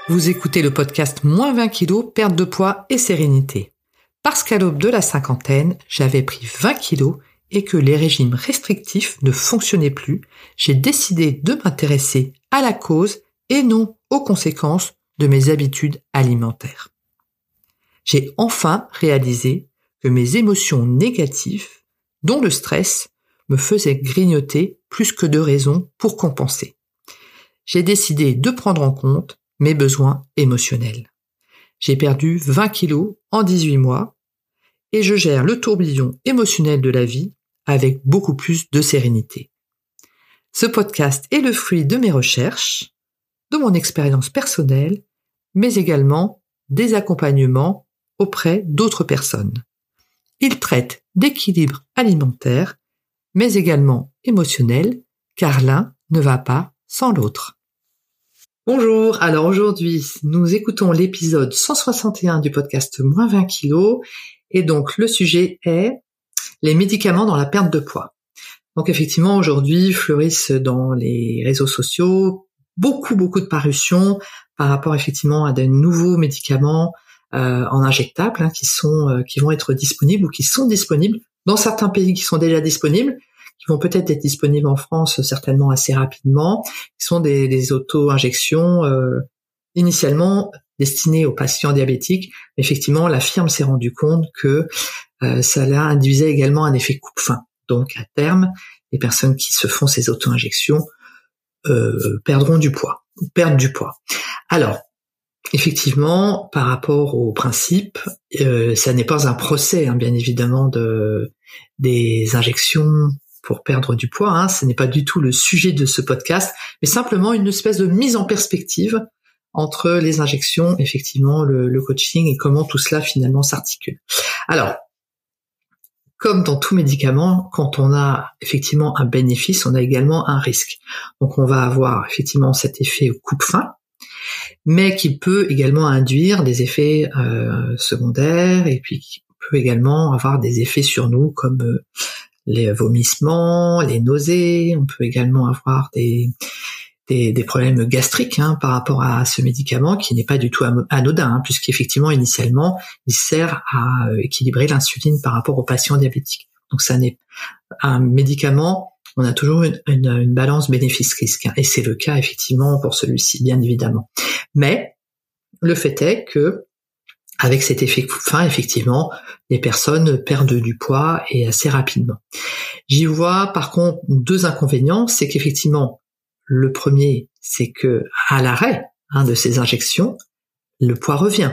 Vous écoutez le podcast Moins 20 kilos, perte de poids et sérénité. Parce qu'à l'aube de la cinquantaine, j'avais pris 20 kilos et que les régimes restrictifs ne fonctionnaient plus, j'ai décidé de m'intéresser à la cause et non aux conséquences de mes habitudes alimentaires. J'ai enfin réalisé que mes émotions négatives, dont le stress, me faisaient grignoter plus que de raisons pour compenser. J'ai décidé de prendre en compte mes besoins émotionnels. J'ai perdu 20 kilos en 18 mois et je gère le tourbillon émotionnel de la vie avec beaucoup plus de sérénité. Ce podcast est le fruit de mes recherches, de mon expérience personnelle, mais également des accompagnements auprès d'autres personnes. Il traite d'équilibre alimentaire, mais également émotionnel, car l'un ne va pas sans l'autre. Bonjour, alors aujourd'hui, nous écoutons l'épisode 161 du podcast Moins 20 kilos, et donc le sujet est les médicaments dans la perte de poids. Donc effectivement, aujourd'hui, fleurissent dans les réseaux sociaux beaucoup de parutions par rapport effectivement à de nouveaux médicaments en injectables qui vont être disponibles ou qui sont disponibles dans certains pays qui sont déjà disponibles, qui vont peut-être être disponibles en France certainement assez rapidement, qui sont des auto-injections initialement destinées aux patients diabétiques. Effectivement, la firme s'est rendue compte que ça induisait également un effet coupe-faim. Donc à terme, les personnes qui se font ces auto-injections perdent du poids. Alors, effectivement, par rapport au principe, ça n'est pas un procès, bien évidemment, des injections pour perdre du poids. Ce n'est pas du tout le sujet de ce podcast, mais simplement une espèce de mise en perspective entre les injections, effectivement, le coaching et comment tout cela finalement s'articule. Alors, comme dans tout médicament, quand on a effectivement un bénéfice, on a également un risque. Donc on va avoir effectivement cet effet coupe-faim, mais qui peut également induire des effets secondaires et puis qui peut également avoir des effets sur nous comme les vomissements, les nausées. On peut également avoir des problèmes gastriques par rapport à ce médicament qui n'est pas du tout anodin, puisqu'effectivement initialement il sert à équilibrer l'insuline par rapport aux patients diabétiques. Donc ça n'est un médicament, on a toujours une balance bénéfice-risque, et c'est le cas effectivement pour celui-ci, bien évidemment. Mais le fait est que avec cet effet coupe-faim, effectivement, les personnes perdent du poids et assez rapidement. J'y vois par contre deux inconvénients, c'est qu'effectivement le premier, c'est que à l'arrêt de ces injections, le poids revient.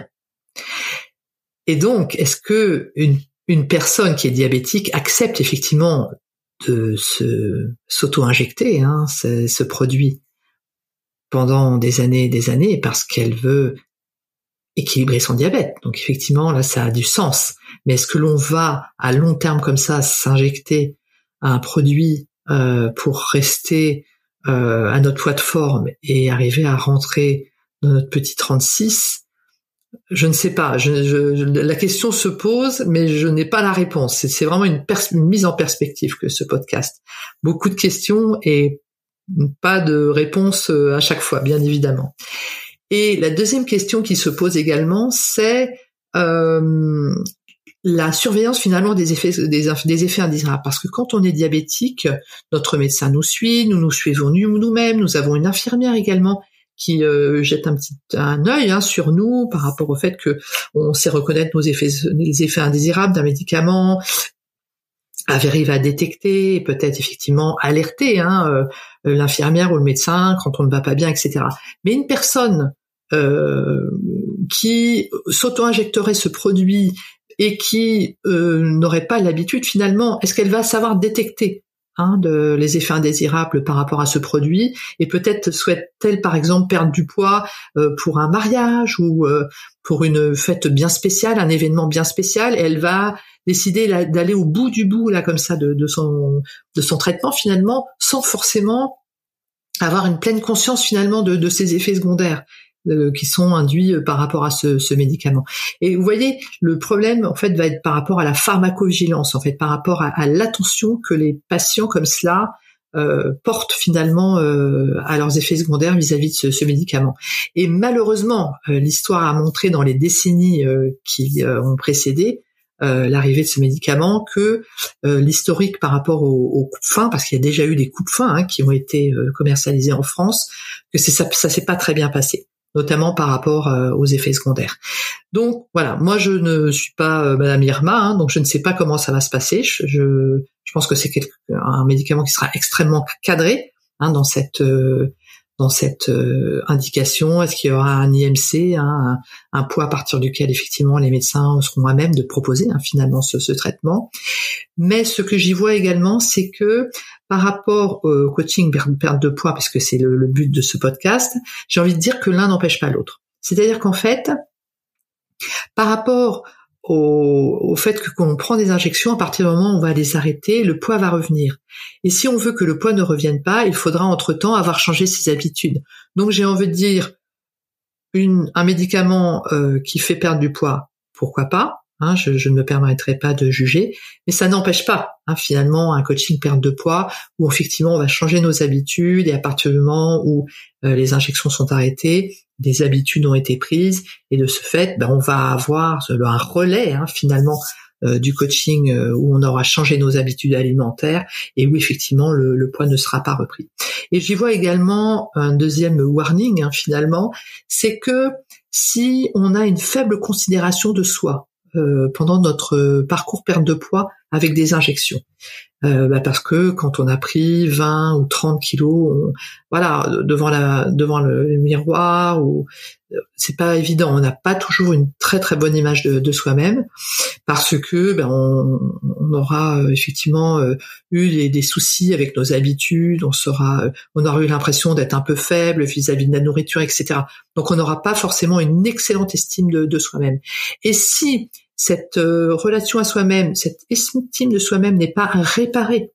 Et donc, est-ce que une personne qui est diabétique accepte effectivement de s'auto-injecter ce produit pendant des années parce qu'elle veut équilibrer son diabète? Donc effectivement, là, ça a du sens. Mais est-ce que l'on va à long terme comme ça s'injecter un produit pour rester à notre poids de forme et arriver à rentrer dans notre petit 36? Je ne sais pas. La question se pose, mais je n'ai pas la réponse. C'est vraiment une mise en perspective que ce podcast. Beaucoup de questions et pas de réponse à chaque fois, bien évidemment. Et la deuxième question qui se pose également, c'est la surveillance finalement des effets indésirables. Parce que quand on est diabétique, notre médecin nous suit, nous suivons nous-mêmes, nous avons une infirmière également qui jette un œil sur nous par rapport au fait que on sait reconnaître les effets indésirables d'un médicament, arrive à détecter et peut-être effectivement alerter l'infirmière ou le médecin quand on ne va pas bien, etc. Mais une personne qui s'auto-injecterait ce produit et qui n'aurait pas l'habitude finalement, est-ce qu'elle va savoir détecter les effets indésirables par rapport à ce produit, et peut-être souhaite-t-elle par exemple perdre du poids pour un mariage ou pour une fête bien spéciale, un événement bien spécial, et elle va décider d'aller au bout du bout comme ça de son traitement finalement, sans forcément avoir une pleine conscience finalement de ses effets secondaires qui sont induits par rapport à ce médicament. Et vous voyez, le problème en fait va être par rapport à la pharmacovigilance, en fait par rapport à l'attention que les patients comme cela portent finalement à leurs effets secondaires vis-à-vis de ce médicament. Et malheureusement, l'histoire a montré dans les décennies qui ont précédé l'arrivée de ce médicament que l'historique par rapport aux coupe-faim, parce qu'il y a déjà eu des coupe-faim qui ont été commercialisés en France, que ça s'est pas très bien passé, notamment par rapport aux effets secondaires. Donc voilà, moi je ne suis pas Madame Irma, donc je ne sais pas comment ça va se passer. Je pense que c'est un médicament qui sera extrêmement cadré dans cette indication. Est-ce qu'il y aura un IMC, un poids à partir duquel effectivement les médecins seront à même de proposer finalement ce traitement. Mais ce que j'y vois également, c'est que par rapport au coaching perte de poids, parce que c'est le but de ce podcast, j'ai envie de dire que l'un n'empêche pas l'autre. C'est-à-dire qu'en fait, par rapport au fait que quand on prend des injections, à partir du moment où on va les arrêter, le poids va revenir. Et si on veut que le poids ne revienne pas, il faudra entre-temps avoir changé ses habitudes. Donc j'ai envie de dire, un médicament qui fait perdre du poids, pourquoi pas, je ne me permettrai pas de juger, mais ça n'empêche pas finalement un coaching perte de poids où effectivement on va changer nos habitudes, et à partir du moment où les injections sont arrêtées, des habitudes ont été prises, et de ce fait on va avoir un relais finalement du coaching où on aura changé nos habitudes alimentaires et où effectivement le poids ne sera pas repris. Et j'y vois également un deuxième warning finalement, c'est que si on a une faible considération de soi pendant notre parcours perte de poids avec des injections, parce que quand on a pris 20 ou 30 kilos, devant le miroir, c'est pas évident, on n'a pas toujours une très très bonne image de soi-même, parce que on aura effectivement eu des soucis avec nos habitudes, on aura eu l'impression d'être un peu faible vis-à-vis de la nourriture, etc. Donc on n'aura pas forcément une excellente estime de soi-même. Et si cette relation à soi-même, cette estime de soi-même n'est pas réparée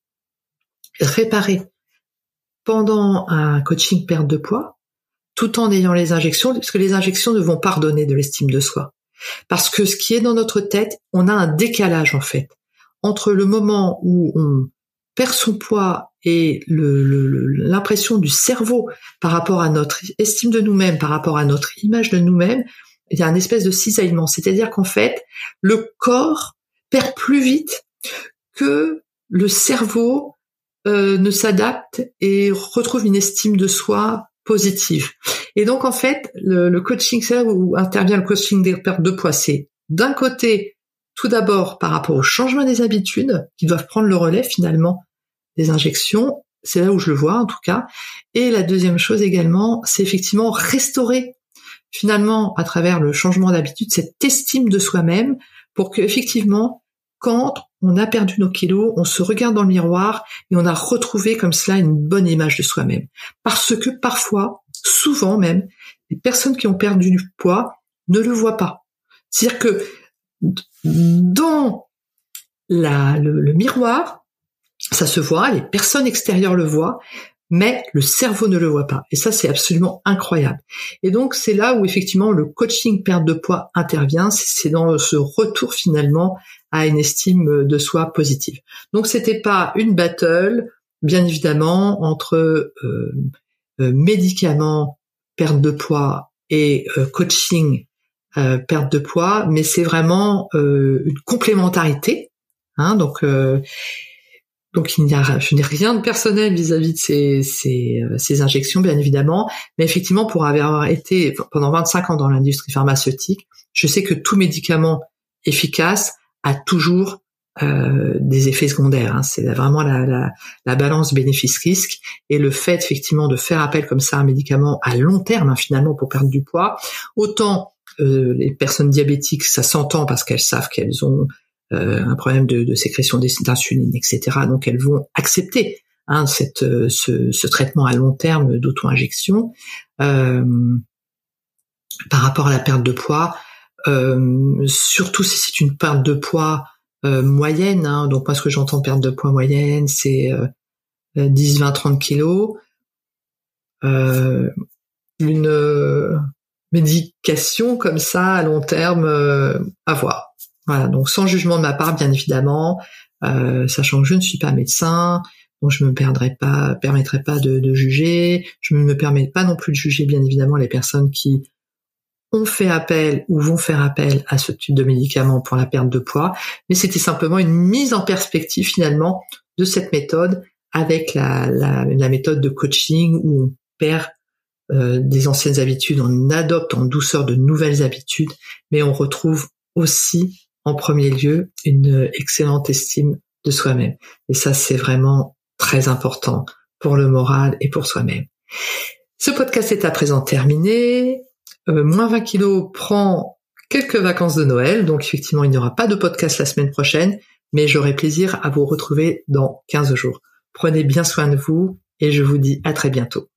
pendant un coaching perte de poids, tout en ayant les injections, parce que les injections ne vont pas redonner de l'estime de soi. Parce que ce qui est dans notre tête, on a un décalage en fait entre le moment où on perd son poids et l'impression du cerveau par rapport à notre estime de nous-mêmes, par rapport à notre image de nous-mêmes. Il y a une espèce de cisaillement, c'est-à-dire qu'en fait, le corps perd plus vite que le cerveau ne s'adapte et retrouve une estime de soi positive. Et donc en fait, le coaching, c'est là où intervient le coaching des pertes de poids. C'est d'un côté, tout d'abord par rapport au changement des habitudes, qui doivent prendre le relais finalement des injections, c'est là où je le vois en tout cas. Et la deuxième chose également, c'est effectivement restaurer finalement, à travers le changement d'habitude, cette estime de soi-même pour que, effectivement, quand on a perdu nos kilos, on se regarde dans le miroir et on a retrouvé comme cela une bonne image de soi-même. Parce que parfois, souvent même, les personnes qui ont perdu du poids ne le voient pas. C'est-à-dire que dans le miroir, ça se voit, les personnes extérieures le voient, mais le cerveau ne le voit pas. Et ça, c'est absolument incroyable. Et donc, c'est là où, effectivement, le coaching perte de poids intervient. C'est dans ce retour, finalement, à une estime de soi positive. Donc, c'était pas une battle, bien évidemment, entre médicaments, perte de poids et coaching, perte de poids, mais c'est vraiment une complémentarité. Donc je n'ai rien de personnel vis-à-vis de ces injections, bien évidemment, mais effectivement, pour avoir été pendant 25 ans dans l'industrie pharmaceutique, je sais que tout médicament efficace a toujours des effets secondaires. C'est vraiment la balance bénéfice-risque, et le fait effectivement de faire appel comme ça à un médicament à long terme, finalement, pour perdre du poids, autant les personnes diabétiques, ça s'entend parce qu'elles savent qu'elles ont un problème de sécrétion d'insuline, etc. Donc elles vont accepter ce traitement à long terme d'auto-injection. Par rapport à la perte de poids, surtout si c'est une perte de poids moyenne, donc moi ce que j'entends perte de poids moyenne, c'est 10, 20, 30 kilos. Une médication comme ça à long terme à voir. Voilà, donc sans jugement de ma part, bien évidemment, sachant que je ne suis pas médecin, Bon, je me permettrai pas de juger. Je ne me permets pas non plus de juger, bien évidemment, les personnes qui ont fait appel ou vont faire appel à ce type de médicaments pour la perte de poids. Mais c'était simplement une mise en perspective, finalement, de cette méthode avec la méthode de coaching où on perd des anciennes habitudes, on adopte en douceur de nouvelles habitudes, mais on retrouve aussi, en premier lieu, une excellente estime de soi-même. Et ça, c'est vraiment très important pour le moral et pour soi-même. Ce podcast est à présent terminé. Moins 20 kilos prend quelques vacances de Noël, donc effectivement, il n'y aura pas de podcast la semaine prochaine, mais j'aurai plaisir à vous retrouver dans 15 jours. Prenez bien soin de vous et je vous dis à très bientôt.